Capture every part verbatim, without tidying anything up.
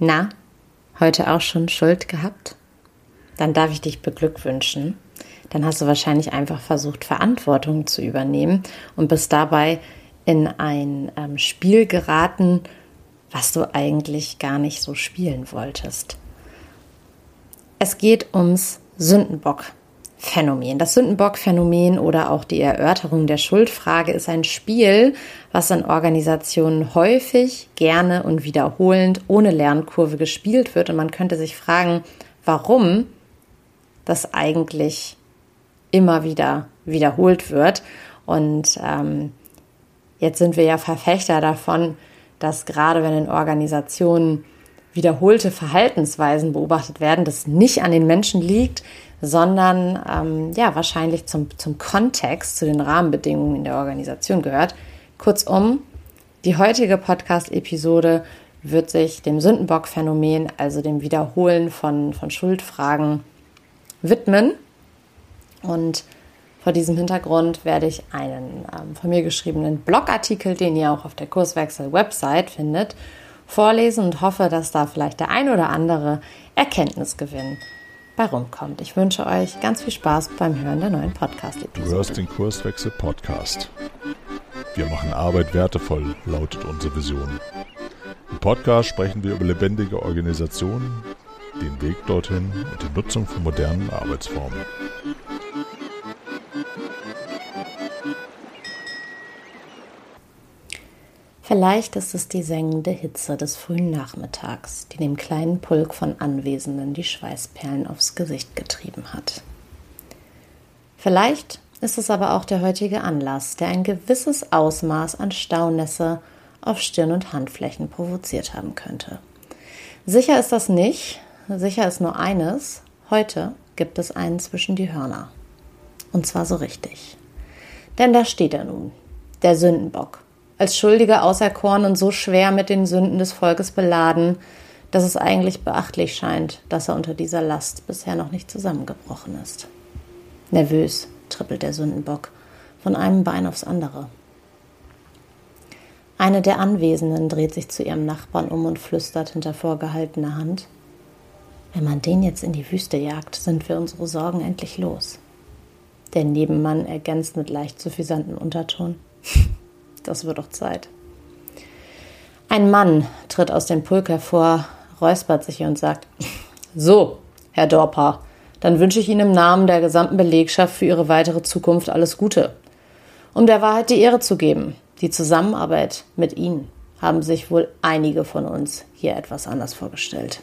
Na, heute auch schon Schuld gehabt? Dann darf ich dich beglückwünschen. Dann hast du wahrscheinlich einfach versucht, Verantwortung zu übernehmen und bist dabei in ein ähm, Spiel geraten, was du eigentlich gar nicht so spielen wolltest. Es geht ums Sündenbock-Phänomen. Das Sündenbock-Phänomen oder auch die Erörterung der Schuldfrage ist ein Spiel, was in Organisationen häufig, gerne und wiederholend ohne Lernkurve gespielt wird. Und man könnte sich fragen, warum das eigentlich immer wieder wiederholt wird. Und ähm, jetzt sind wir ja Verfechter davon, dass gerade wenn in Organisationen wiederholte Verhaltensweisen beobachtet werden, das nicht an den Menschen liegt, sondern ähm, ja wahrscheinlich zum, zum Kontext, zu den Rahmenbedingungen in der Organisation gehört. Kurzum, die heutige Podcast-Episode wird sich dem Sündenbock-Phänomen, also dem Wiederholen von, von Schuldfragen, widmen. Und vor diesem Hintergrund werde ich einen ähm, von mir geschriebenen Blogartikel, den ihr auch auf der Kurswechsel-Website findet, vorlesen und hoffe, dass da vielleicht der ein oder andere Erkenntnisgewinn bei rumkommt. Ich wünsche euch ganz viel Spaß beim Hören der neuen Podcast-Episode. Du hörst den Kurswechsel-Podcast. Wir machen Arbeit wertevoll, lautet unsere Vision. Im Podcast sprechen wir über lebendige Organisationen, den Weg dorthin und die Nutzung von modernen Arbeitsformen. Vielleicht ist es die sengende Hitze des frühen Nachmittags, die dem kleinen Pulk von Anwesenden die Schweißperlen aufs Gesicht getrieben hat. Vielleicht ist es aber auch der heutige Anlass, der ein gewisses Ausmaß an Staunässe auf Stirn und Handflächen provoziert haben könnte. Sicher ist das nicht, sicher ist nur eines: heute gibt es einen zwischen die Hörner. Und zwar so richtig. Denn da steht er nun, der Sündenbock, als Schuldiger auserkoren und so schwer mit den Sünden des Volkes beladen, dass es eigentlich beachtlich scheint, dass er unter dieser Last bisher noch nicht zusammengebrochen ist. Nervös trippelt der Sündenbock von einem Bein aufs andere. Eine der Anwesenden dreht sich zu ihrem Nachbarn um und flüstert hinter vorgehaltener Hand: Wenn man den jetzt in die Wüste jagt, sind wir unsere Sorgen endlich los. Der Nebenmann ergänzt mit leicht suffisantem Unterton: Das wird doch Zeit. Ein Mann tritt aus dem Pulk hervor, räuspert sich und sagt: So, Herr Dorper, dann wünsche ich Ihnen im Namen der gesamten Belegschaft für Ihre weitere Zukunft alles Gute. Um der Wahrheit die Ehre zu geben, die Zusammenarbeit mit Ihnen haben sich wohl einige von uns hier etwas anders vorgestellt.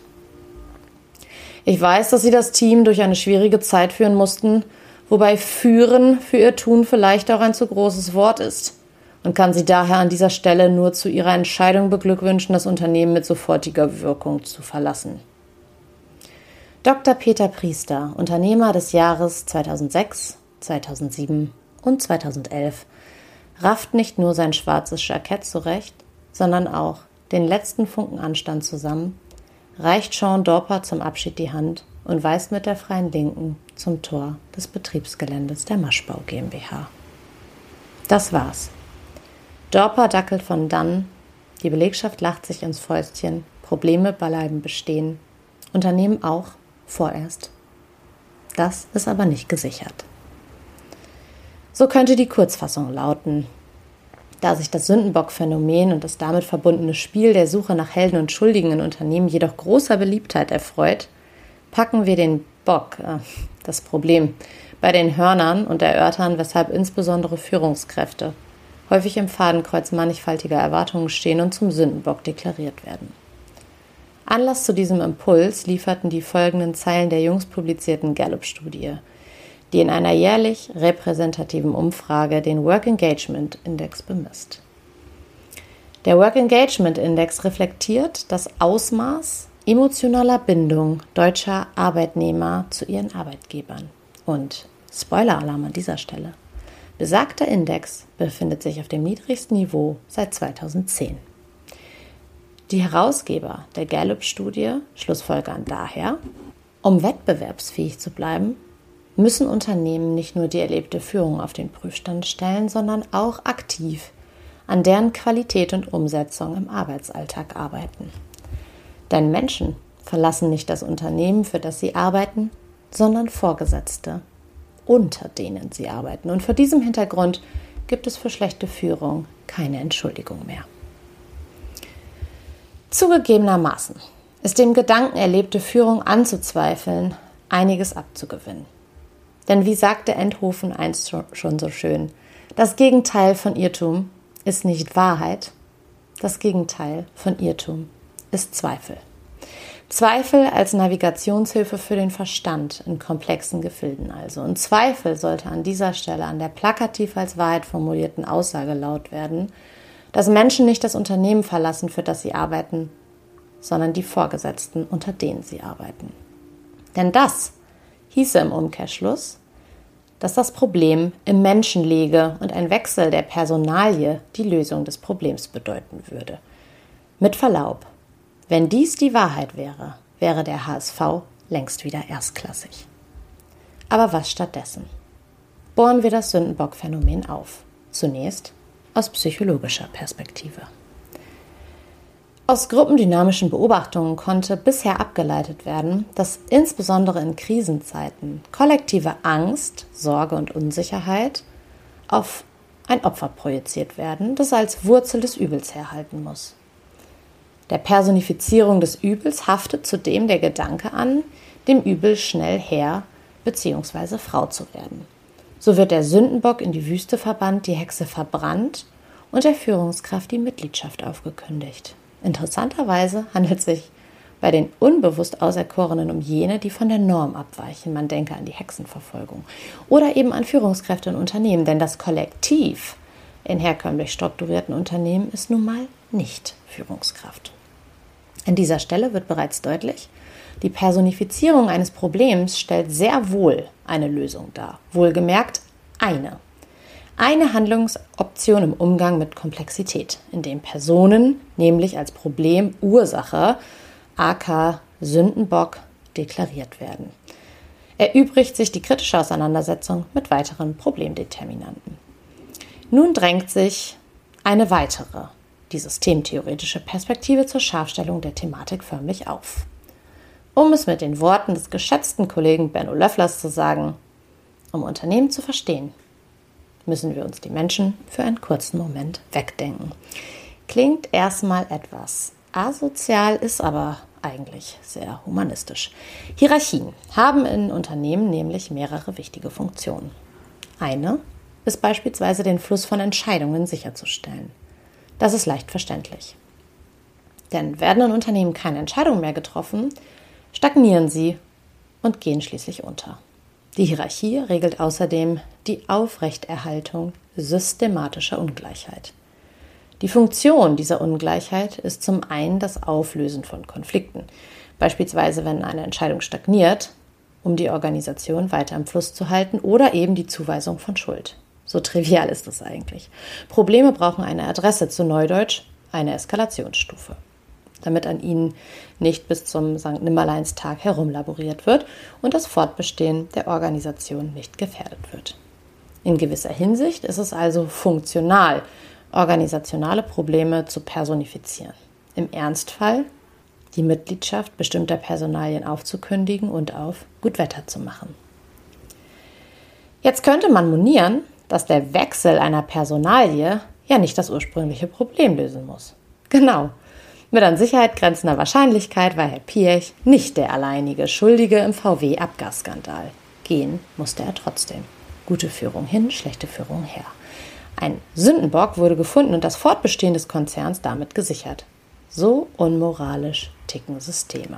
Ich weiß, dass Sie das Team durch eine schwierige Zeit führen mussten, wobei führen für Ihr Tun vielleicht auch ein zu großes Wort ist, und kann Sie daher an dieser Stelle nur zu Ihrer Entscheidung beglückwünschen, das Unternehmen mit sofortiger Wirkung zu verlassen. Doktor Peter Priester, Unternehmer des Jahres zweitausendsechs, zweitausendsieben und zweitausendelf, rafft nicht nur sein schwarzes Jackett zurecht, sondern auch den letzten Funken Anstand zusammen, reicht Sean Dorper zum Abschied die Hand und weist mit der freien Linken zum Tor des Betriebsgeländes der Maschbau GmbH. Das war's. Dorper dackelt von dann, die Belegschaft lacht sich ins Fäustchen, Probleme bleiben bestehen, Unternehmen auch, vorerst. Das ist aber nicht gesichert. So könnte die Kurzfassung lauten: Da sich das Sündenbock-Phänomen und das damit verbundene Spiel der Suche nach Helden und Schuldigen in Unternehmen jedoch großer Beliebtheit erfreut, packen wir den Bock, äh, das Problem, bei den Hörnern und erörtern, weshalb insbesondere Führungskräfte häufig im Fadenkreuz mannigfaltiger Erwartungen stehen und zum Sündenbock deklariert werden. Anlass zu diesem Impuls lieferten die folgenden Zeilen der jüngst publizierten Gallup-Studie, die in einer jährlich repräsentativen Umfrage den Work Engagement Index bemisst. Der Work Engagement Index reflektiert das Ausmaß emotionaler Bindung deutscher Arbeitnehmer zu ihren Arbeitgebern. Und Spoiler-Alarm an dieser Stelle: Besagter Index befindet sich auf dem niedrigsten Niveau seit zweitausendzehn. Die Herausgeber der Gallup-Studie schlussfolgern daher, um wettbewerbsfähig zu bleiben, müssen Unternehmen nicht nur die erlebte Führung auf den Prüfstand stellen, sondern auch aktiv an deren Qualität und Umsetzung im Arbeitsalltag arbeiten. Denn Menschen verlassen nicht das Unternehmen, für das sie arbeiten, sondern Vorgesetzte, unter denen sie arbeiten. Und vor diesem Hintergrund gibt es für schlechte Führung keine Entschuldigung mehr. Zugegebenermaßen ist dem Gedanken, erlebte Führung anzuzweifeln, einiges abzugewinnen. Denn wie sagte Enthofen einst schon so schön, das Gegenteil von Irrtum ist nicht Wahrheit, das Gegenteil von Irrtum ist Zweifel. Zweifel als Navigationshilfe für den Verstand in komplexen Gefilden also. Und Zweifel sollte an dieser Stelle an der plakativ als Wahrheit formulierten Aussage laut werden, dass Menschen nicht das Unternehmen verlassen, für das sie arbeiten, sondern die Vorgesetzten, unter denen sie arbeiten. Denn das hieße im Umkehrschluss, dass das Problem im Menschen läge und ein Wechsel der Personalie die Lösung des Problems bedeuten würde. Mit Verlaub, wenn dies die Wahrheit wäre, wäre der H S V längst wieder erstklassig. Aber was stattdessen? Bohren wir das Sündenbock-Phänomen auf. Zunächst aus psychologischer Perspektive. Aus gruppendynamischen Beobachtungen konnte bisher abgeleitet werden, dass insbesondere in Krisenzeiten kollektive Angst, Sorge und Unsicherheit auf ein Opfer projiziert werden, das als Wurzel des Übels herhalten muss. Der Personifizierung des Übels haftet zudem der Gedanke an, dem Übel schnell Herr bzw. Frau zu werden. So wird der Sündenbock in die Wüste verbannt, die Hexe verbrannt und der Führungskraft die Mitgliedschaft aufgekündigt. Interessanterweise handelt es sich bei den unbewusst Auserkorenen um jene, die von der Norm abweichen. Man denke an die Hexenverfolgung. Oder eben an Führungskräfte in Unternehmen, denn das Kollektiv in herkömmlich strukturierten Unternehmen ist nun mal nicht Führungskraft. An dieser Stelle wird bereits deutlich, die Personifizierung eines Problems stellt sehr wohl eine Lösung dar. Wohlgemerkt eine. Eine Handlungsoption im Umgang mit Komplexität, in dem Personen nämlich als Problemursache, aka Sündenbock, deklariert werden. Erübrigt sich die kritische Auseinandersetzung mit weiteren Problemdeterminanten. Nun drängt sich eine weitere, die systemtheoretische Perspektive zur Scharfstellung der Thematik förmlich auf. Um es mit den Worten des geschätzten Kollegen Benno Löfflers zu sagen, um Unternehmen zu verstehen, müssen wir uns die Menschen für einen kurzen Moment wegdenken. Klingt erstmal etwas asozial, ist aber eigentlich sehr humanistisch. Hierarchien haben in Unternehmen nämlich mehrere wichtige Funktionen. Eine ist beispielsweise den Fluss von Entscheidungen sicherzustellen. Das ist leicht verständlich. Denn werden in Unternehmen keine Entscheidungen mehr getroffen, stagnieren sie und gehen schließlich unter. Die Hierarchie regelt außerdem die Aufrechterhaltung systematischer Ungleichheit. Die Funktion dieser Ungleichheit ist zum einen das Auflösen von Konflikten, beispielsweise wenn eine Entscheidung stagniert, um die Organisation weiter im Fluss zu halten, oder eben die Zuweisung von Schuld. So trivial ist es eigentlich. Probleme brauchen eine Adresse, zu Neudeutsch eine Eskalationsstufe, damit an ihnen nicht bis zum Sankt Nimmerleinstag herumlaboriert wird und das Fortbestehen der Organisation nicht gefährdet wird. In gewisser Hinsicht ist es also funktional, organisationale Probleme zu personifizieren. Im Ernstfall die Mitgliedschaft bestimmter Personalien aufzukündigen und auf Gutwetter zu machen. Jetzt könnte man monieren, dass der Wechsel einer Personalie ja nicht das ursprüngliche Problem lösen muss. Genau. Mit an Sicherheit grenzender Wahrscheinlichkeit war Herr Piech nicht der alleinige Schuldige im V W-Abgasskandal. Gehen musste er trotzdem. Gute Führung hin, schlechte Führung her. Ein Sündenbock wurde gefunden und das Fortbestehen des Konzerns damit gesichert. So unmoralisch ticken Systeme.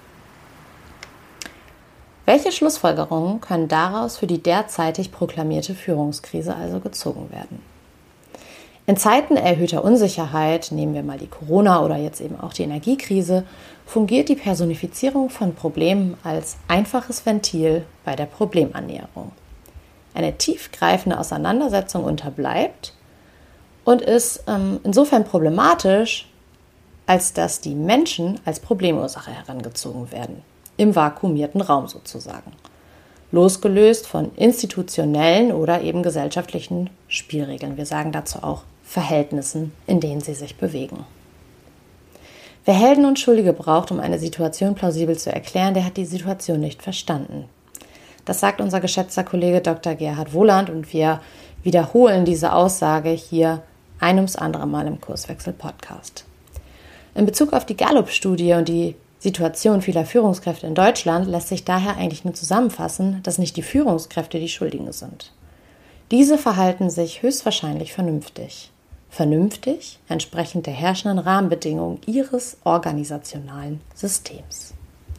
Welche Schlussfolgerungen können daraus für die derzeitig proklamierte Führungskrise also gezogen werden? In Zeiten erhöhter Unsicherheit, nehmen wir mal die Corona- oder jetzt eben auch die Energiekrise, fungiert die Personifizierung von Problemen als einfaches Ventil bei der Problemannäherung. Eine tiefgreifende Auseinandersetzung unterbleibt und ist ähm, insofern problematisch, als dass die Menschen als Problemursache herangezogen werden, im vakuumierten Raum sozusagen, losgelöst von institutionellen oder eben gesellschaftlichen Spielregeln. Wir sagen dazu auch Verhältnissen, in denen sie sich bewegen. Wer Helden und Schuldige braucht, um eine Situation plausibel zu erklären, der hat die Situation nicht verstanden. Das sagt unser geschätzter Kollege Doktor Gerhard Wohland und wir wiederholen diese Aussage hier ein ums andere Mal im Kurswechsel-Podcast. In Bezug auf die Gallup-Studie und die Situation vieler Führungskräfte in Deutschland lässt sich daher eigentlich nur zusammenfassen, dass nicht die Führungskräfte die Schuldigen sind. Diese verhalten sich höchstwahrscheinlich vernünftig. Vernünftig entsprechend der herrschenden Rahmenbedingungen ihres organisationalen Systems.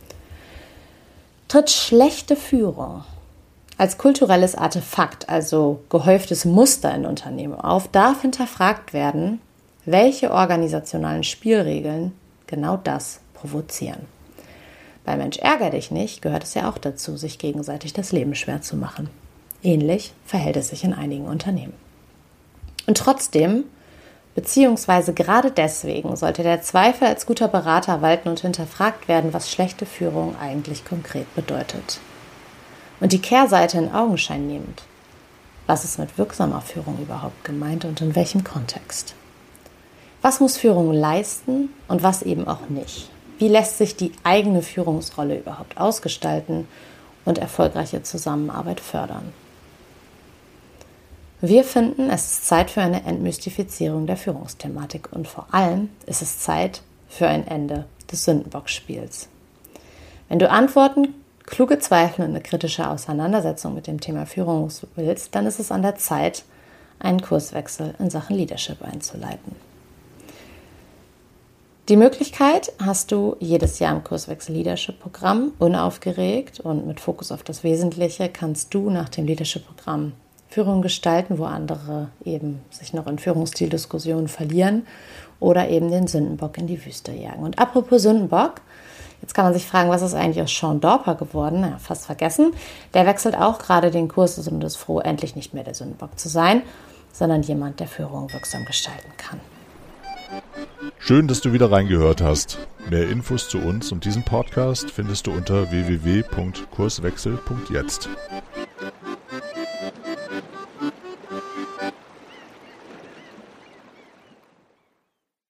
Tritt schlechte Führung als kulturelles Artefakt, also gehäuftes Muster in Unternehmen auf, darf hinterfragt werden, welche organisationalen Spielregeln genau das provozieren. Bei Mensch ärger dich nicht gehört es ja auch dazu, sich gegenseitig das Leben schwer zu machen. Ähnlich verhält es sich in einigen Unternehmen. Und trotzdem, beziehungsweise gerade deswegen, sollte der Zweifel als guter Berater walten und hinterfragt werden, was schlechte Führung eigentlich konkret bedeutet. Und die Kehrseite in Augenschein nehmend. Was ist mit wirksamer Führung überhaupt gemeint und in welchem Kontext? Was muss Führung leisten und was eben auch nicht? Wie lässt sich die eigene Führungsrolle überhaupt ausgestalten und erfolgreiche Zusammenarbeit fördern? Wir finden, es ist Zeit für eine Entmystifizierung der Führungsthematik und vor allem ist es Zeit für ein Ende des Sündenbockspiels. Wenn du Antworten, kluge Zweifel und eine kritische Auseinandersetzung mit dem Thema Führung willst, dann ist es an der Zeit, einen Kurswechsel in Sachen Leadership einzuleiten. Die Möglichkeit hast du jedes Jahr im Kurswechsel Leadership Programm, unaufgeregt und mit Fokus auf das Wesentliche kannst du nach dem Leadership Programm Führung gestalten, wo andere eben sich noch in Führungsstildiskussionen verlieren oder eben den Sündenbock in die Wüste jagen. Und apropos Sündenbock, jetzt kann man sich fragen, was ist eigentlich aus Sean Dorper geworden? Ja, fast vergessen. Der wechselt auch gerade den Kurs und ist froh, endlich nicht mehr der Sündenbock zu sein, sondern jemand, der Führung wirksam gestalten kann. Schön, dass du wieder reingehört hast. Mehr Infos zu uns und diesem Podcast findest du unter w w w punkt kurswechsel punkt jetzt.